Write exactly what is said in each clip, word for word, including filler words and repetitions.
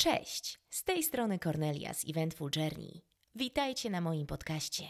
Cześć, z tej strony Kornelia z Eventful Journey. Witajcie na moim podcaście.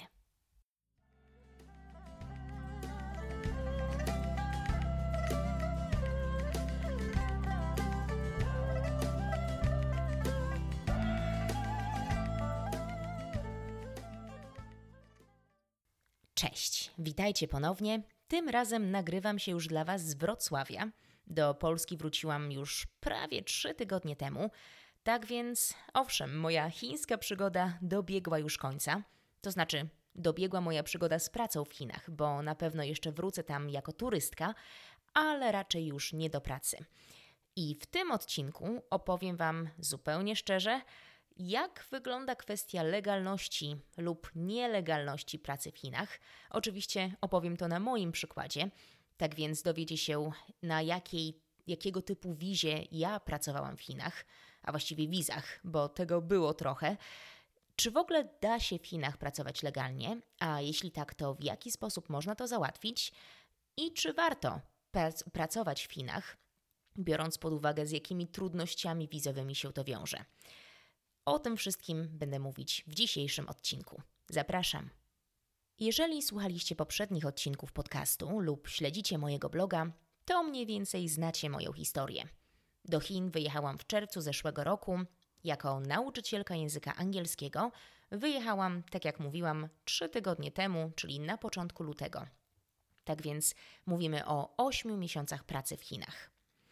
Cześć, witajcie ponownie. Tym razem nagrywam się już dla Was z Wrocławia. Do Polski wróciłam już prawie trzy tygodnie temu. Tak więc, owszem, moja chińska przygoda dobiegła już końca. To znaczy, dobiegła moja przygoda z pracą w Chinach, bo na pewno jeszcze wrócę tam jako turystka, ale raczej już nie do pracy. I w tym odcinku opowiem Wam zupełnie szczerze, jak wygląda kwestia legalności lub nielegalności pracy w Chinach. Oczywiście opowiem to na moim przykładzie, tak więc dowiecie się, na jakiej, jakiego typu wizie ja pracowałam w Chinach, a właściwie wizach, bo tego było trochę. Czy w ogóle da się w Chinach pracować legalnie? A jeśli tak, to w jaki sposób można to załatwić? I czy warto prac- pracować w Chinach, biorąc pod uwagę, z jakimi trudnościami wizowymi się to wiąże? O tym wszystkim będę mówić w dzisiejszym odcinku. Zapraszam. Jeżeli słuchaliście poprzednich odcinków podcastu lub śledzicie mojego bloga, to mniej więcej znacie moją historię. Do Chin wyjechałam w czerwcu zeszłego roku. Jako nauczycielka języka angielskiego wyjechałam, tak jak mówiłam, trzy tygodnie temu, czyli na początku lutego. Tak więc mówimy o ośmiu miesiącach pracy w Chinach.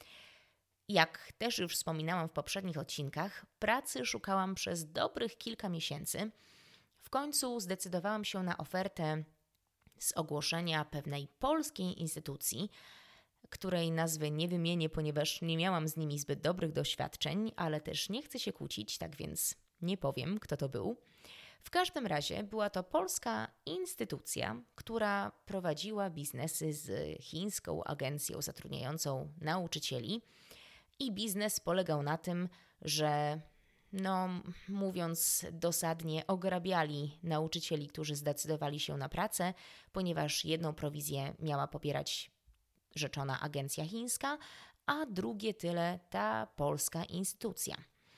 Jak też już wspominałam w poprzednich odcinkach, pracy szukałam przez dobrych kilka miesięcy. W końcu zdecydowałam się na ofertę z ogłoszenia pewnej polskiej instytucji, której nazwy nie wymienię, ponieważ nie miałam z nimi zbyt dobrych doświadczeń, ale też nie chcę się kłócić, tak więc nie powiem, kto to był. W każdym razie była to polska instytucja, która prowadziła biznesy z chińską agencją zatrudniającą nauczycieli i biznes polegał na tym, że no, mówiąc dosadnie, ograbiali nauczycieli, którzy zdecydowali się na pracę, ponieważ jedną prowizję miała pobierać rzeczona agencja chińska, a drugie tyle ta polska instytucja.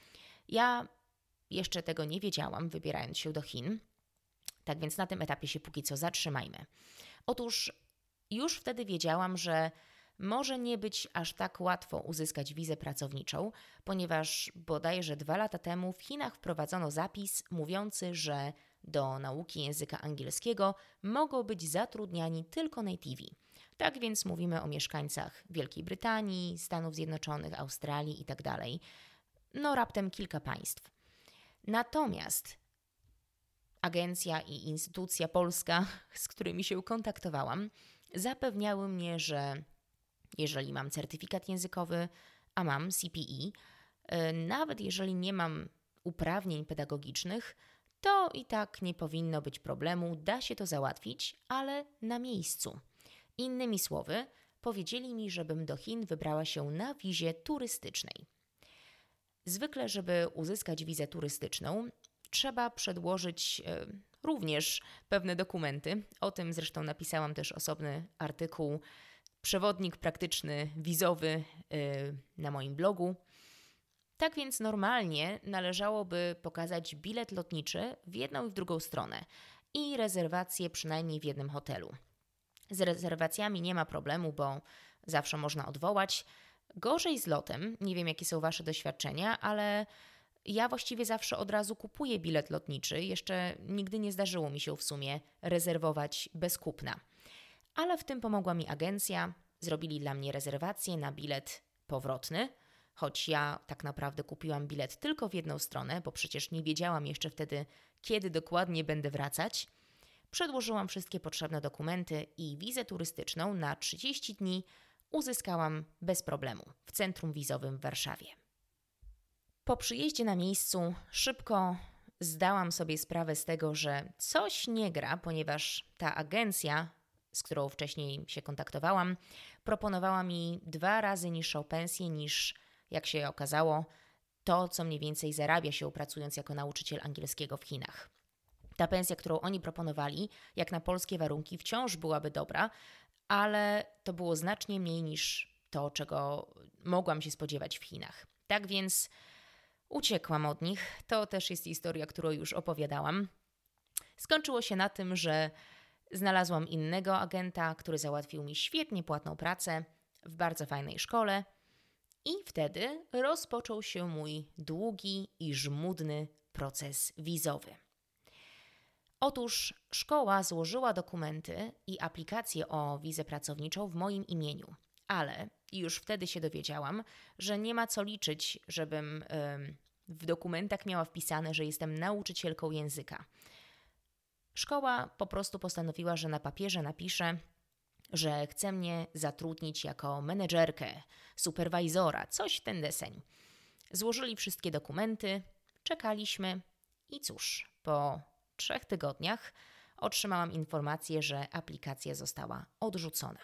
Ja jeszcze tego nie wiedziałam, wybierając się do Chin, tak więc na tym etapie się póki co zatrzymajmy. Otóż już wtedy wiedziałam, że może nie być aż tak łatwo uzyskać wizę pracowniczą, ponieważ bodajże dwa lata temu w Chinach wprowadzono zapis mówiący, że do nauki języka angielskiego mogą być zatrudniani tylko nativi. Tak więc mówimy o mieszkańcach Wielkiej Brytanii, Stanów Zjednoczonych, Australii itd. No raptem kilka państw. Natomiast agencja i instytucja polska, z którymi się kontaktowałam, zapewniały mnie, że jeżeli mam certyfikat językowy, a mam C P E, nawet jeżeli nie mam uprawnień pedagogicznych, to i tak nie powinno być problemu, da się to załatwić, ale na miejscu. Innymi słowy, powiedzieli mi, żebym do Chin wybrała się na wizie turystycznej. Zwykle, żeby uzyskać wizę turystyczną, trzeba przedłożyć e, również pewne dokumenty. O tym zresztą napisałam też osobny artykuł, przewodnik praktyczny wizowy yy, na moim blogu. Tak więc normalnie należałoby pokazać bilet lotniczy w jedną i w drugą stronę i rezerwację przynajmniej w jednym hotelu. Z rezerwacjami nie ma problemu, bo zawsze można odwołać. Gorzej z lotem, nie wiem jakie są Wasze doświadczenia, ale ja właściwie zawsze od razu kupuję bilet lotniczy. Jeszcze nigdy nie zdarzyło mi się w sumie rezerwować bez kupna. Ale w tym pomogła mi agencja, zrobili dla mnie rezerwację na bilet powrotny, choć ja tak naprawdę kupiłam bilet tylko w jedną stronę, bo przecież nie wiedziałam jeszcze wtedy, kiedy dokładnie będę wracać. Przedłożyłam wszystkie potrzebne dokumenty i wizę turystyczną na trzydzieści dni uzyskałam bez problemu w centrum wizowym w Warszawie. Po przyjeździe na miejscu szybko zdałam sobie sprawę z tego, że coś nie gra, ponieważ ta agencja, z którą wcześniej się kontaktowałam, proponowała mi dwa razy niższą pensję niż, jak się okazało, to, co mniej więcej zarabia się pracując jako nauczyciel angielskiego w Chinach. Ta pensja, którą oni proponowali, jak na polskie warunki, wciąż byłaby dobra, ale to było znacznie mniej niż to, czego mogłam się spodziewać w Chinach. Tak więc Uciekłam od nich. To też jest historia, którą już opowiadałam. Skończyło się na tym, że znalazłam innego agenta, który załatwił mi świetnie płatną pracę w bardzo fajnej szkole i wtedy rozpoczął się mój długi i żmudny proces wizowy. Otóż szkoła złożyła dokumenty i aplikację o wizę pracowniczą w moim imieniu, ale już wtedy się dowiedziałam, że nie ma co liczyć, żebym yy, w dokumentach miała wpisane, że jestem nauczycielką języka. Szkoła po prostu postanowiła, że na papierze napisze, że chce mnie zatrudnić jako menedżerkę, superwajzora, coś w ten deseń. Złożyli wszystkie dokumenty, czekaliśmy i cóż, po trzech tygodniach otrzymałam informację, że aplikacja została odrzucona.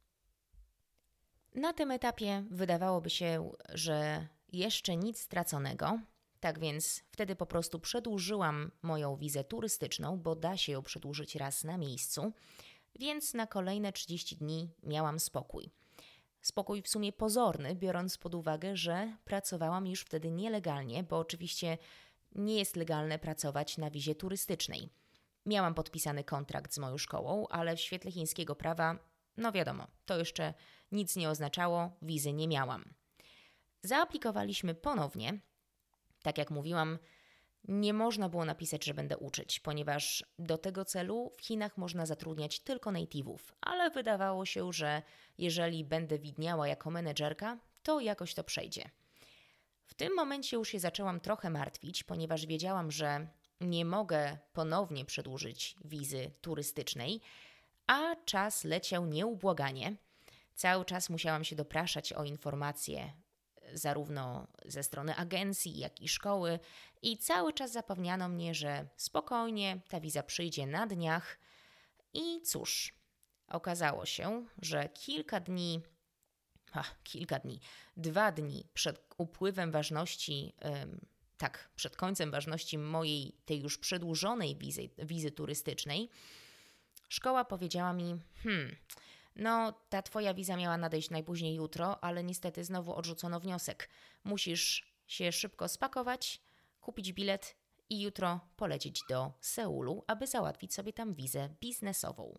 Na tym etapie wydawałoby się, że jeszcze nic straconego, tak więc wtedy po prostu przedłużyłam moją wizę turystyczną, bo da się ją przedłużyć raz na miejscu, więc na kolejne trzydzieści dni miałam spokój. Spokój w sumie pozorny, biorąc pod uwagę, że pracowałam już wtedy nielegalnie, bo oczywiście nie jest legalne pracować na wizie turystycznej. Miałam podpisany kontrakt z moją szkołą, ale w świetle chińskiego prawa, no wiadomo, to jeszcze nic nie oznaczało, wizy nie miałam. Zaaplikowaliśmy ponownie. Tak jak mówiłam, nie można było napisać, że będę uczyć, ponieważ do tego celu w Chinach można zatrudniać tylko native'ów, ale wydawało się, że jeżeli będę widniała jako menedżerka, to jakoś to przejdzie. W tym momencie już się zaczęłam trochę martwić, ponieważ wiedziałam, że nie mogę ponownie przedłużyć wizy turystycznej, a czas leciał nieubłaganie. Cały czas musiałam się dopraszać o informacje zarówno ze strony agencji, jak i szkoły i cały czas zapewniano mnie, że spokojnie, ta wiza przyjdzie na dniach. I cóż, okazało się, że kilka dni, a, kilka dni, dwa dni przed upływem ważności, ym, tak, przed końcem ważności mojej, tej już przedłużonej wizy, wizy turystycznej, szkoła powiedziała mi, hmm, no, ta twoja wiza miała nadejść najpóźniej jutro, ale niestety znowu odrzucono wniosek. Musisz się szybko spakować, kupić bilet i jutro polecieć do Seulu, aby załatwić sobie tam wizę biznesową.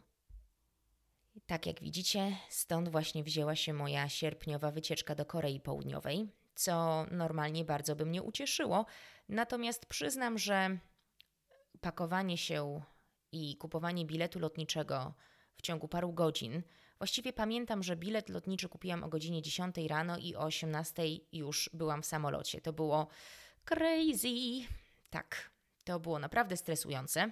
Tak jak widzicie, stąd właśnie wzięła się moja sierpniowa wycieczka do Korei Południowej, co normalnie bardzo by mnie ucieszyło. Natomiast przyznam, że pakowanie się i kupowanie biletu lotniczego w ciągu paru godzin. Właściwie pamiętam, że bilet lotniczy kupiłam o godzinie dziesiątej rano i o osiemnastej już byłam w samolocie. To było crazy. Tak, to było naprawdę stresujące.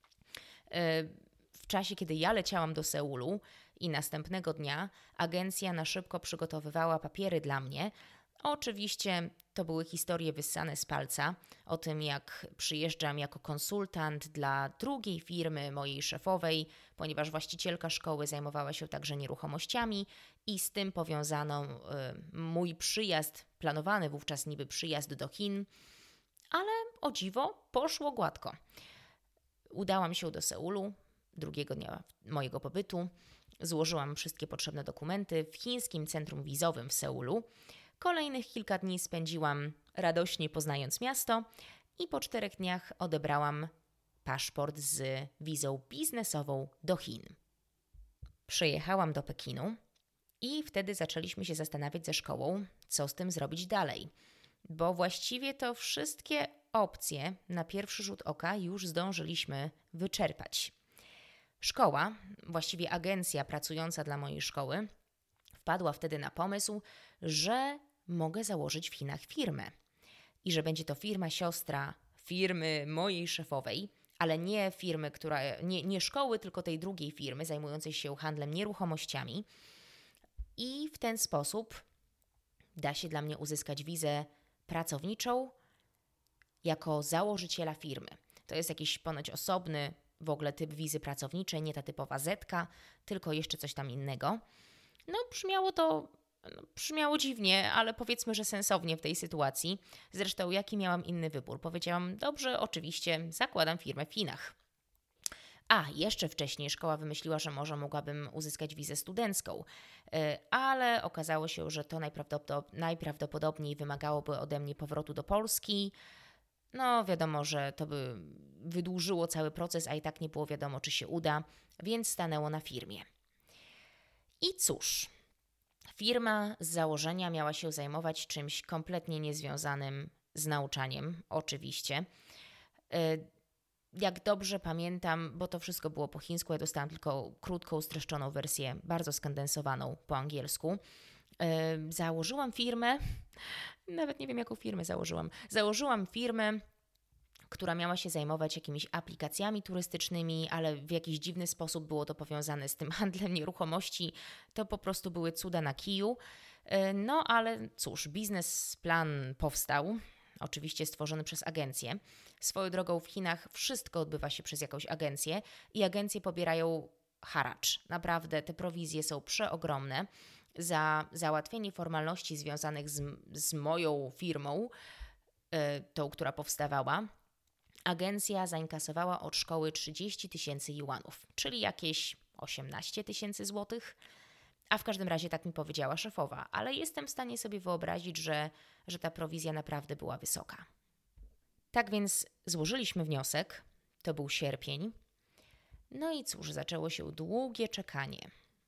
W czasie, kiedy ja leciałam do Seulu i następnego dnia agencja na szybko przygotowywała papiery dla mnie. Oczywiście to były historie wyssane z palca o tym, jak przyjeżdżam jako konsultant dla drugiej firmy, mojej szefowej, ponieważ właścicielka szkoły zajmowała się także nieruchomościami i z tym powiązano y, mój przyjazd, planowany wówczas niby przyjazd do Chin, ale o dziwo poszło gładko. Udałam się do Seulu drugiego dnia mojego pobytu, złożyłam wszystkie potrzebne dokumenty w chińskim centrum wizowym w Seulu. Kolejnych kilka dni spędziłam radośnie poznając miasto i po czterech dniach odebrałam paszport z wizą biznesową do Chin. Przyjechałam do Pekinu i wtedy zaczęliśmy się zastanawiać ze szkołą, co z tym zrobić dalej, bo właściwie to wszystkie opcje na pierwszy rzut oka już zdążyliśmy wyczerpać. Szkoła, właściwie agencja pracująca dla mojej szkoły, wpadła wtedy na pomysł, że mogę założyć w Chinach firmę i że będzie to firma siostra firmy mojej szefowej, ale nie firmy, która, nie, nie szkoły, tylko tej drugiej firmy zajmującej się handlem nieruchomościami i w ten sposób da się dla mnie uzyskać wizę pracowniczą jako założyciela firmy. To jest jakiś ponoć osobny w ogóle typ wizy pracowniczej, nie ta typowa zetka, tylko jeszcze coś tam innego. No brzmiało to No, brzmiało dziwnie, ale powiedzmy, że sensownie w tej sytuacji. Zresztą jaki miałam inny wybór? Powiedziałam, dobrze, oczywiście, zakładam firmę w Chinach. A, jeszcze wcześniej szkoła wymyśliła, że może mogłabym uzyskać wizę studencką, y, ale okazało się, że to najprawdopod- najprawdopodobniej wymagałoby ode mnie powrotu do Polski. No wiadomo, że to by wydłużyło cały proces, a i tak nie było wiadomo, czy się uda, więc stanęło na firmie. I cóż, firma z założenia miała się zajmować czymś kompletnie niezwiązanym z nauczaniem, oczywiście. Y, Jak dobrze pamiętam, bo to wszystko było po chińsku, ja dostałam tylko krótką, streszczoną wersję, bardzo skondensowaną po angielsku. Yy, założyłam firmę, nawet nie wiem jaką firmę założyłam. Założyłam firmę, która miała się zajmować jakimiś aplikacjami turystycznymi, ale w jakiś dziwny sposób było to powiązane z tym handlem nieruchomości. To po prostu były cuda na kiju. Yy, no ale cóż, biznesplan powstał. Oczywiście stworzony przez agencję. Swoją drogą w Chinach wszystko odbywa się przez jakąś agencję i agencje pobierają haracz. Naprawdę te prowizje są przeogromne. Za załatwienie formalności związanych z, z moją firmą, yy, tą, która powstawała, agencja zainkasowała od szkoły trzydzieści tysięcy juanów, czyli jakieś osiemnaście tysięcy złotych. A w każdym razie tak mi powiedziała szefowa, ale jestem w stanie sobie wyobrazić, że, że ta prowizja naprawdę była wysoka. Tak więc złożyliśmy wniosek, to był sierpień, no i cóż, zaczęło się długie czekanie.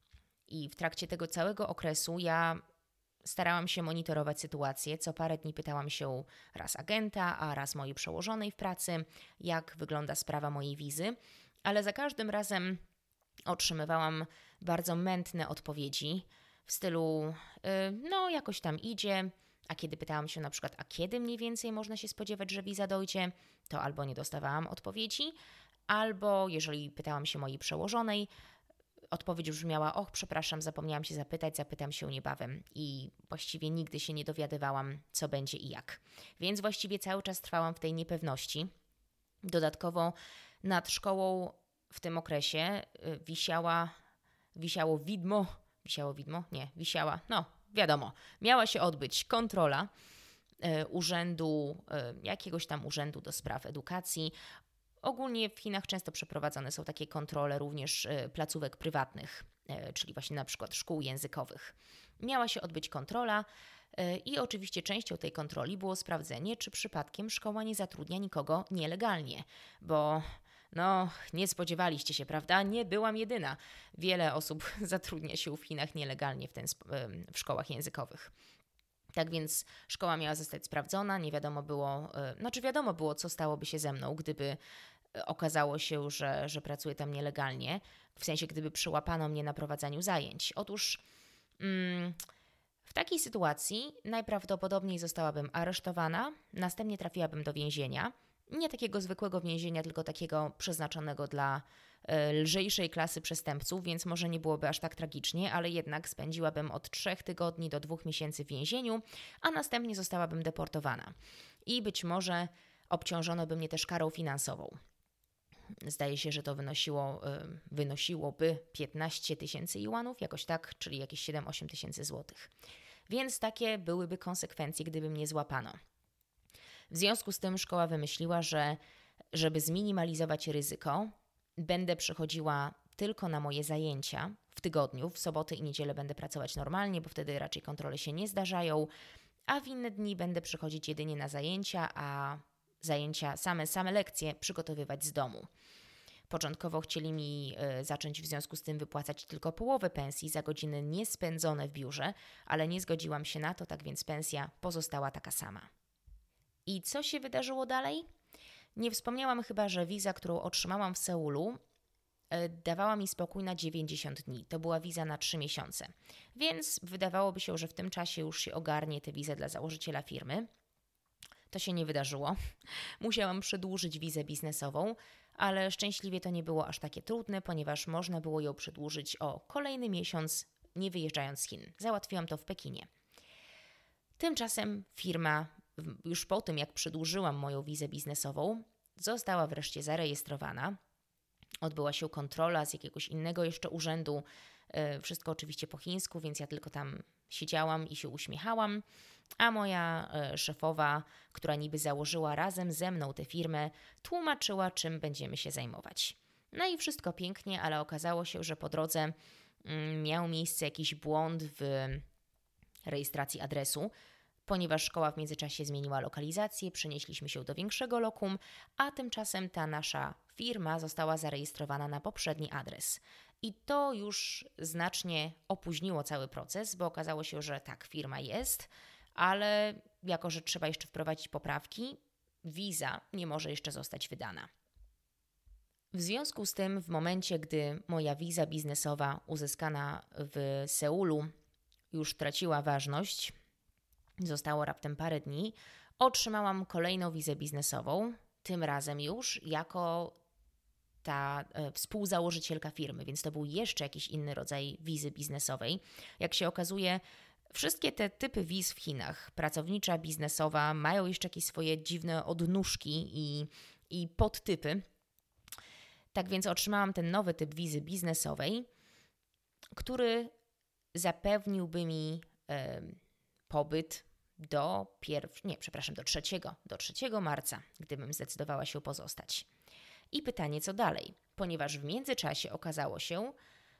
I w trakcie tego całego okresu ja starałam się monitorować sytuację. Co parę dni pytałam się raz agenta, a raz mojej przełożonej w pracy, jak wygląda sprawa mojej wizy, ale za każdym razem otrzymywałam bardzo mętne odpowiedzi w stylu, yy, no jakoś tam idzie, a kiedy pytałam się na przykład, a kiedy mniej więcej można się spodziewać, że wiza dojdzie, to albo nie dostawałam odpowiedzi, albo jeżeli pytałam się mojej przełożonej, odpowiedź brzmiała, och, przepraszam, zapomniałam się zapytać, zapytam się niebawem i właściwie nigdy się nie dowiadywałam, co będzie i jak. Więc właściwie cały czas trwałam w tej niepewności. Dodatkowo nad szkołą w tym okresie y, wisiała, wisiało widmo, wisiało widmo? Nie, wisiała, no wiadomo, miała się odbyć kontrola y, urzędu, y, jakiegoś tam urzędu do spraw edukacji. Ogólnie w Chinach często przeprowadzane są takie kontrole również y, placówek prywatnych, y, czyli właśnie na przykład szkół językowych. Miała się odbyć kontrola y, i oczywiście częścią tej kontroli było sprawdzenie, czy przypadkiem szkoła nie zatrudnia nikogo nielegalnie, bo no, nie spodziewaliście się, prawda? Nie byłam jedyna. Wiele osób zatrudnia się w Chinach nielegalnie w, ten, w szkołach językowych. Tak więc szkoła miała zostać sprawdzona, nie wiadomo było, yy, znaczy wiadomo było, co stałoby się ze mną, gdyby okazało się, że, że pracuję tam nielegalnie, w sensie gdyby przyłapano mnie na prowadzeniu zajęć. Otóż mm, w takiej sytuacji najprawdopodobniej zostałabym aresztowana, następnie trafiłabym do więzienia. Nie takiego zwykłego więzienia, tylko takiego przeznaczonego dla y, lżejszej klasy przestępców, więc może nie byłoby aż tak tragicznie, ale jednak spędziłabym od trzech tygodni do dwóch miesięcy w więzieniu, a następnie zostałabym deportowana. I być może obciążono by mnie też karą finansową. Zdaje się, że to wynosiło, y, wynosiłoby piętnaście tysięcy juanów, jakoś tak, czyli jakieś siedem osiem tysięcy złotych. Więc takie byłyby konsekwencje, gdyby mnie złapano. W związku z tym szkoła wymyśliła, że żeby zminimalizować ryzyko, będę przychodziła tylko na moje zajęcia w tygodniu. W soboty i niedzielę będę pracować normalnie, bo wtedy raczej kontrole się nie zdarzają, a w inne dni będę przychodzić jedynie na zajęcia, a zajęcia, same, same lekcje przygotowywać z domu. Początkowo chcieli mi y, zacząć w związku z tym wypłacać tylko połowę pensji za godziny niespędzone w biurze, ale nie zgodziłam się na to, tak więc pensja pozostała taka sama. I co się wydarzyło dalej? Nie wspomniałam chyba, że wiza, którą otrzymałam w Seulu, y, dawała mi spokój na dziewięćdziesiąt dni. To była wiza na trzy miesiące. Więc wydawałoby się, że w tym czasie już się ogarnie tę wizę dla założyciela firmy. To się nie wydarzyło. Musiałam przedłużyć wizę biznesową, ale szczęśliwie to nie było aż takie trudne, ponieważ można było ją przedłużyć o kolejny miesiąc, nie wyjeżdżając z Chin. Załatwiłam to w Pekinie. Tymczasem firma, już po tym jak przedłużyłam moją wizę biznesową, została wreszcie zarejestrowana. Odbyła się kontrola z jakiegoś innego jeszcze urzędu. Wszystko oczywiście po chińsku, więc ja tylko tam siedziałam i się uśmiechałam. A moja e, szefowa, która niby założyła razem ze mną tę firmę, tłumaczyła, czym będziemy się zajmować. No i wszystko pięknie, ale okazało się, że po drodze mm, miał miejsce jakiś błąd w rejestracji adresu, ponieważ szkoła w międzyczasie zmieniła lokalizację, przenieśliśmy się do większego lokum, a tymczasem ta nasza firma została zarejestrowana na poprzedni adres. I to już znacznie opóźniło cały proces, bo okazało się, że tak, firma jest, ale jako że trzeba jeszcze wprowadzić poprawki, wiza nie może jeszcze zostać wydana. W związku z tym, w momencie, gdy moja wiza biznesowa uzyskana w Seulu już traciła ważność, zostało raptem parę dni, otrzymałam kolejną wizę biznesową, tym razem już jako ta e, współzałożycielka firmy, więc to był jeszcze jakiś inny rodzaj wizy biznesowej. Jak się okazuje, wszystkie te typy wiz w Chinach, pracownicza, biznesowa, mają jeszcze jakieś swoje dziwne odnóżki i, i podtypy. Tak więc otrzymałam ten nowy typ wizy biznesowej, który zapewniłby mi e, pobyt do pierw... nie, przepraszam, do trzeciego, do trzeciego marca, gdybym zdecydowała się pozostać. I pytanie, co dalej? Ponieważ w międzyczasie okazało się,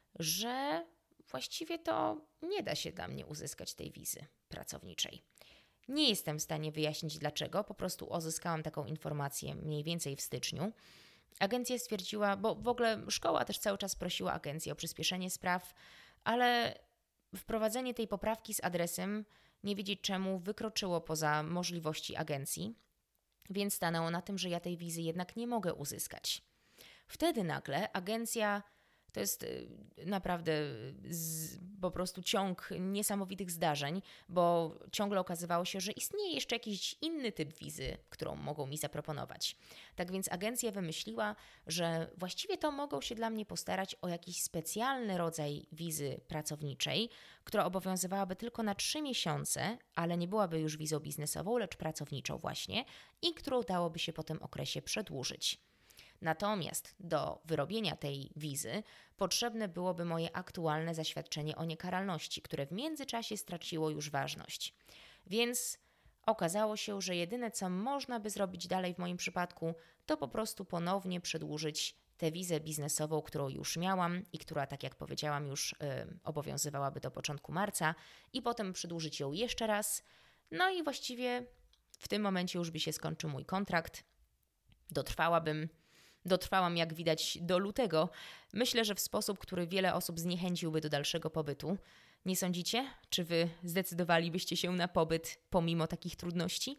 że właściwie to nie da się dla mnie uzyskać tej wizy pracowniczej. Nie jestem w stanie wyjaśnić dlaczego, po prostu uzyskałam taką informację mniej więcej w styczniu. Agencja stwierdziła, bo w ogóle szkoła też cały czas prosiła agencję o przyspieszenie spraw, ale wprowadzenie tej poprawki z adresem, nie wiedzieć czemu, wykroczyło poza możliwości agencji, więc stanęło na tym, że ja tej wizy jednak nie mogę uzyskać. Wtedy nagle agencja, to jest naprawdę z, po prostu ciąg niesamowitych zdarzeń, bo ciągle okazywało się, że istnieje jeszcze jakiś inny typ wizy, którą mogą mi zaproponować. Tak więc agencja wymyśliła, że właściwie to mogą się dla mnie postarać o jakiś specjalny rodzaj wizy pracowniczej, która obowiązywałaby tylko na trzy miesiące, ale nie byłaby już wizą biznesową, lecz pracowniczą właśnie i którą dałoby się po tym okresie przedłużyć. Natomiast do wyrobienia tej wizy potrzebne byłoby moje aktualne zaświadczenie o niekaralności, które w międzyczasie straciło już ważność. Więc okazało się, że jedyne co można by zrobić dalej w moim przypadku, to po prostu ponownie przedłużyć tę wizę biznesową, którą już miałam i która, tak jak powiedziałam, już yy, obowiązywałaby do początku marca i potem przedłużyć ją jeszcze raz. No i właściwie w tym momencie już by się skończył mój kontrakt. Dotrwałabym Dotrwałam, jak widać, do lutego. Myślę, że w sposób, który wiele osób zniechęciłby do dalszego pobytu. Nie sądzicie? Czy wy zdecydowalibyście się na pobyt pomimo takich trudności?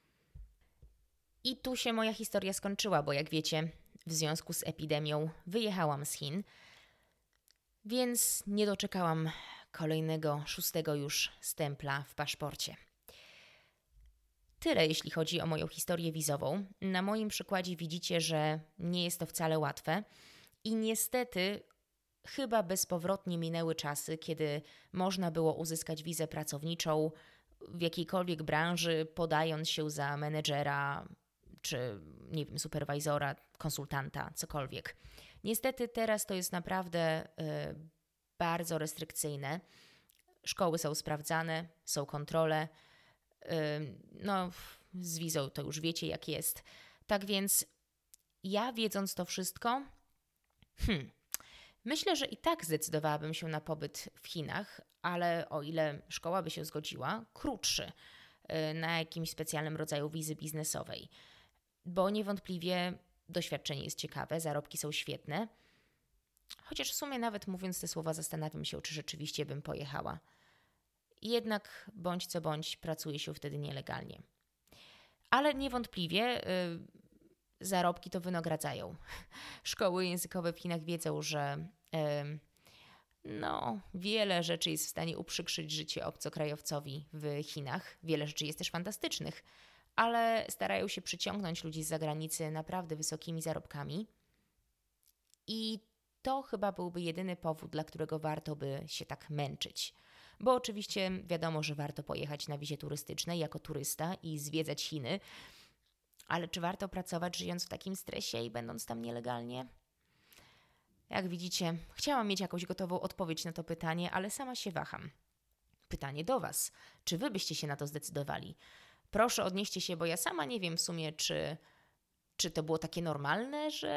I tu się moja historia skończyła, bo jak wiecie, w związku z epidemią wyjechałam z Chin, więc nie doczekałam kolejnego, szóstego już stempla w paszporcie. Tyle, jeśli chodzi o moją historię wizową. Na moim przykładzie widzicie, że nie jest to wcale łatwe i niestety chyba bezpowrotnie minęły czasy, kiedy można było uzyskać wizę pracowniczą w jakiejkolwiek branży, podając się za menedżera czy, nie wiem, superwajzora, konsultanta, cokolwiek. Niestety teraz to jest naprawdę y, bardzo restrykcyjne. Szkoły są sprawdzane, są kontrole. No, z wizą to już wiecie, jak jest. Tak więc ja, wiedząc to wszystko, hmm, myślę, że i tak zdecydowałabym się na pobyt w Chinach, ale o ile szkoła by się zgodziła, krótszy, na jakimś specjalnym rodzaju wizy biznesowej. Bo niewątpliwie doświadczenie jest ciekawe, zarobki są świetne. Chociaż w sumie nawet mówiąc te słowa zastanawiam się, czy rzeczywiście bym pojechała. Jednak bądź co bądź pracuje się wtedy nielegalnie. Ale niewątpliwie y, zarobki to wynagradzają. Szkoły językowe w Chinach wiedzą, że y, no, wiele rzeczy jest w stanie uprzykrzyć życie obcokrajowcowi w Chinach. Wiele rzeczy jest też fantastycznych, ale starają się przyciągnąć ludzi z zagranicy naprawdę wysokimi zarobkami. I to chyba byłby jedyny powód, dla którego warto by się tak męczyć. Bo oczywiście wiadomo, że warto pojechać na wizie turystycznej jako turysta i zwiedzać Chiny, ale czy warto pracować żyjąc w takim stresie i będąc tam nielegalnie? Jak widzicie, chciałam mieć jakąś gotową odpowiedź na to pytanie, ale sama się waham. Pytanie do Was. Czy Wy byście się na to zdecydowali? Proszę odnieście się, bo ja sama nie wiem w sumie, czy, czy to było takie normalne, że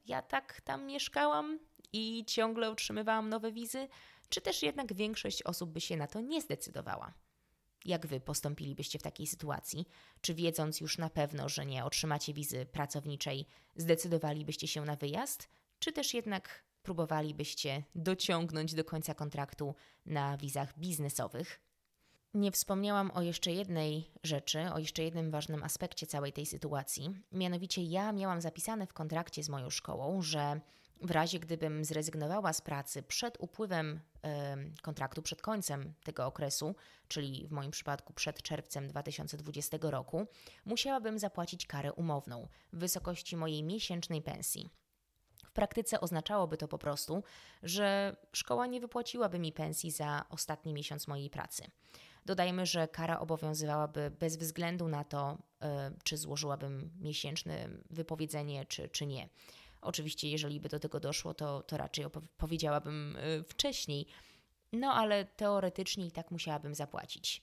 ja tak tam mieszkałam i ciągle otrzymywałam nowe wizy, czy też jednak większość osób by się na to nie zdecydowała? Jak wy postąpilibyście w takiej sytuacji? Czy wiedząc już na pewno, że nie otrzymacie wizy pracowniczej, zdecydowalibyście się na wyjazd? Czy też jednak próbowalibyście dociągnąć do końca kontraktu na wizach biznesowych? Nie wspomniałam o jeszcze jednej rzeczy, o jeszcze jednym ważnym aspekcie całej tej sytuacji. Mianowicie ja miałam zapisane w kontrakcie z moją szkołą, że w razie gdybym zrezygnowała z pracy przed upływem y, kontraktu, przed końcem tego okresu, czyli w moim przypadku przed czerwcem dwa tysiące dwudziestego roku, musiałabym zapłacić karę umowną w wysokości mojej miesięcznej pensji. W praktyce oznaczałoby to po prostu, że szkoła nie wypłaciłaby mi pensji za ostatni miesiąc mojej pracy. Dodajmy, że kara obowiązywałaby bez względu na to, y, czy złożyłabym miesięczne wypowiedzenie, czy, czy nie. Oczywiście, jeżeli by do tego doszło, to, to raczej opow- powiedziałabym y, wcześniej, no ale teoretycznie i tak musiałabym zapłacić.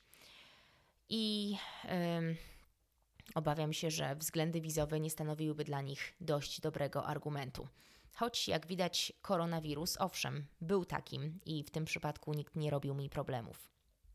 I y, obawiam się, że względy wizowe nie stanowiłyby dla nich dość dobrego argumentu. Choć jak widać, koronawirus, owszem, był takim i w tym przypadku nikt nie robił mi problemów.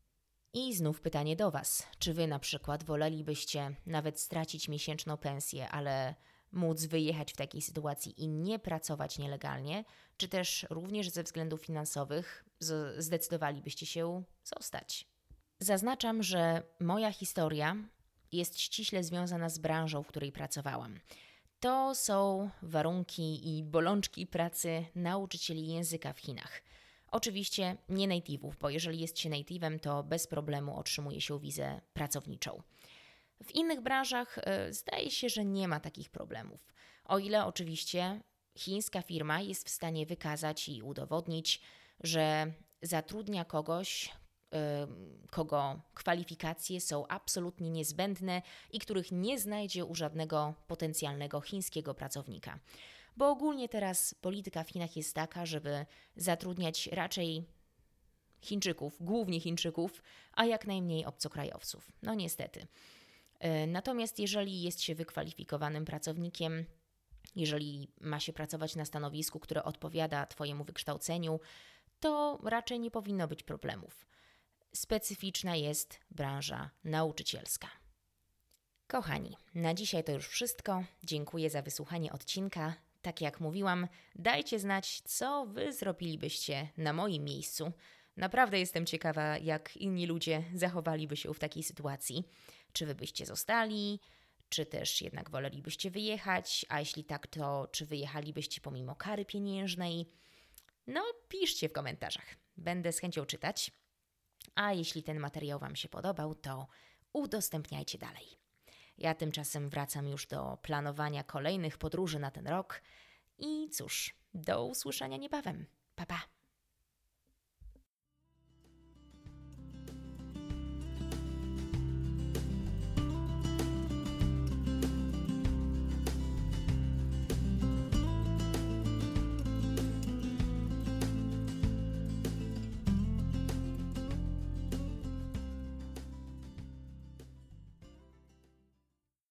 I znów pytanie do Was. Czy Wy na przykład wolelibyście nawet stracić miesięczną pensję, ale móc wyjechać w takiej sytuacji i nie pracować nielegalnie, czy też również ze względów finansowych z- zdecydowalibyście się zostać? Zaznaczam, że moja historia jest ściśle związana z branżą, w której pracowałam. To są warunki i bolączki pracy nauczycieli języka w Chinach. Oczywiście nie native'ów, bo jeżeli jest się native'em, to bez problemu otrzymuje się wizę pracowniczą. W innych branżach y, zdaje się, że nie ma takich problemów. O ile oczywiście chińska firma jest w stanie wykazać i udowodnić, że zatrudnia kogoś, y, kogo kwalifikacje są absolutnie niezbędne i których nie znajdzie u żadnego potencjalnego chińskiego pracownika. Bo ogólnie teraz polityka w Chinach jest taka, żeby zatrudniać raczej Chińczyków, głównie Chińczyków, a jak najmniej obcokrajowców. No niestety. Natomiast jeżeli jest się wykwalifikowanym pracownikiem, jeżeli ma się pracować na stanowisku, które odpowiada Twojemu wykształceniu, to raczej nie powinno być problemów. Specyficzna jest branża nauczycielska. Kochani, na dzisiaj to już wszystko. Dziękuję za wysłuchanie odcinka. Tak jak mówiłam, dajcie znać, co Wy zrobilibyście na moim miejscu. Naprawdę jestem ciekawa, jak inni ludzie zachowaliby się w takiej sytuacji. Czy Wy byście zostali, czy też jednak wolelibyście wyjechać, a jeśli tak, to czy wyjechalibyście pomimo kary pieniężnej? No, piszcie w komentarzach. Będę z chęcią czytać. A jeśli ten materiał Wam się podobał, to udostępniajcie dalej. Ja tymczasem wracam już do planowania kolejnych podróży na ten rok i cóż, do usłyszenia niebawem. Pa, pa!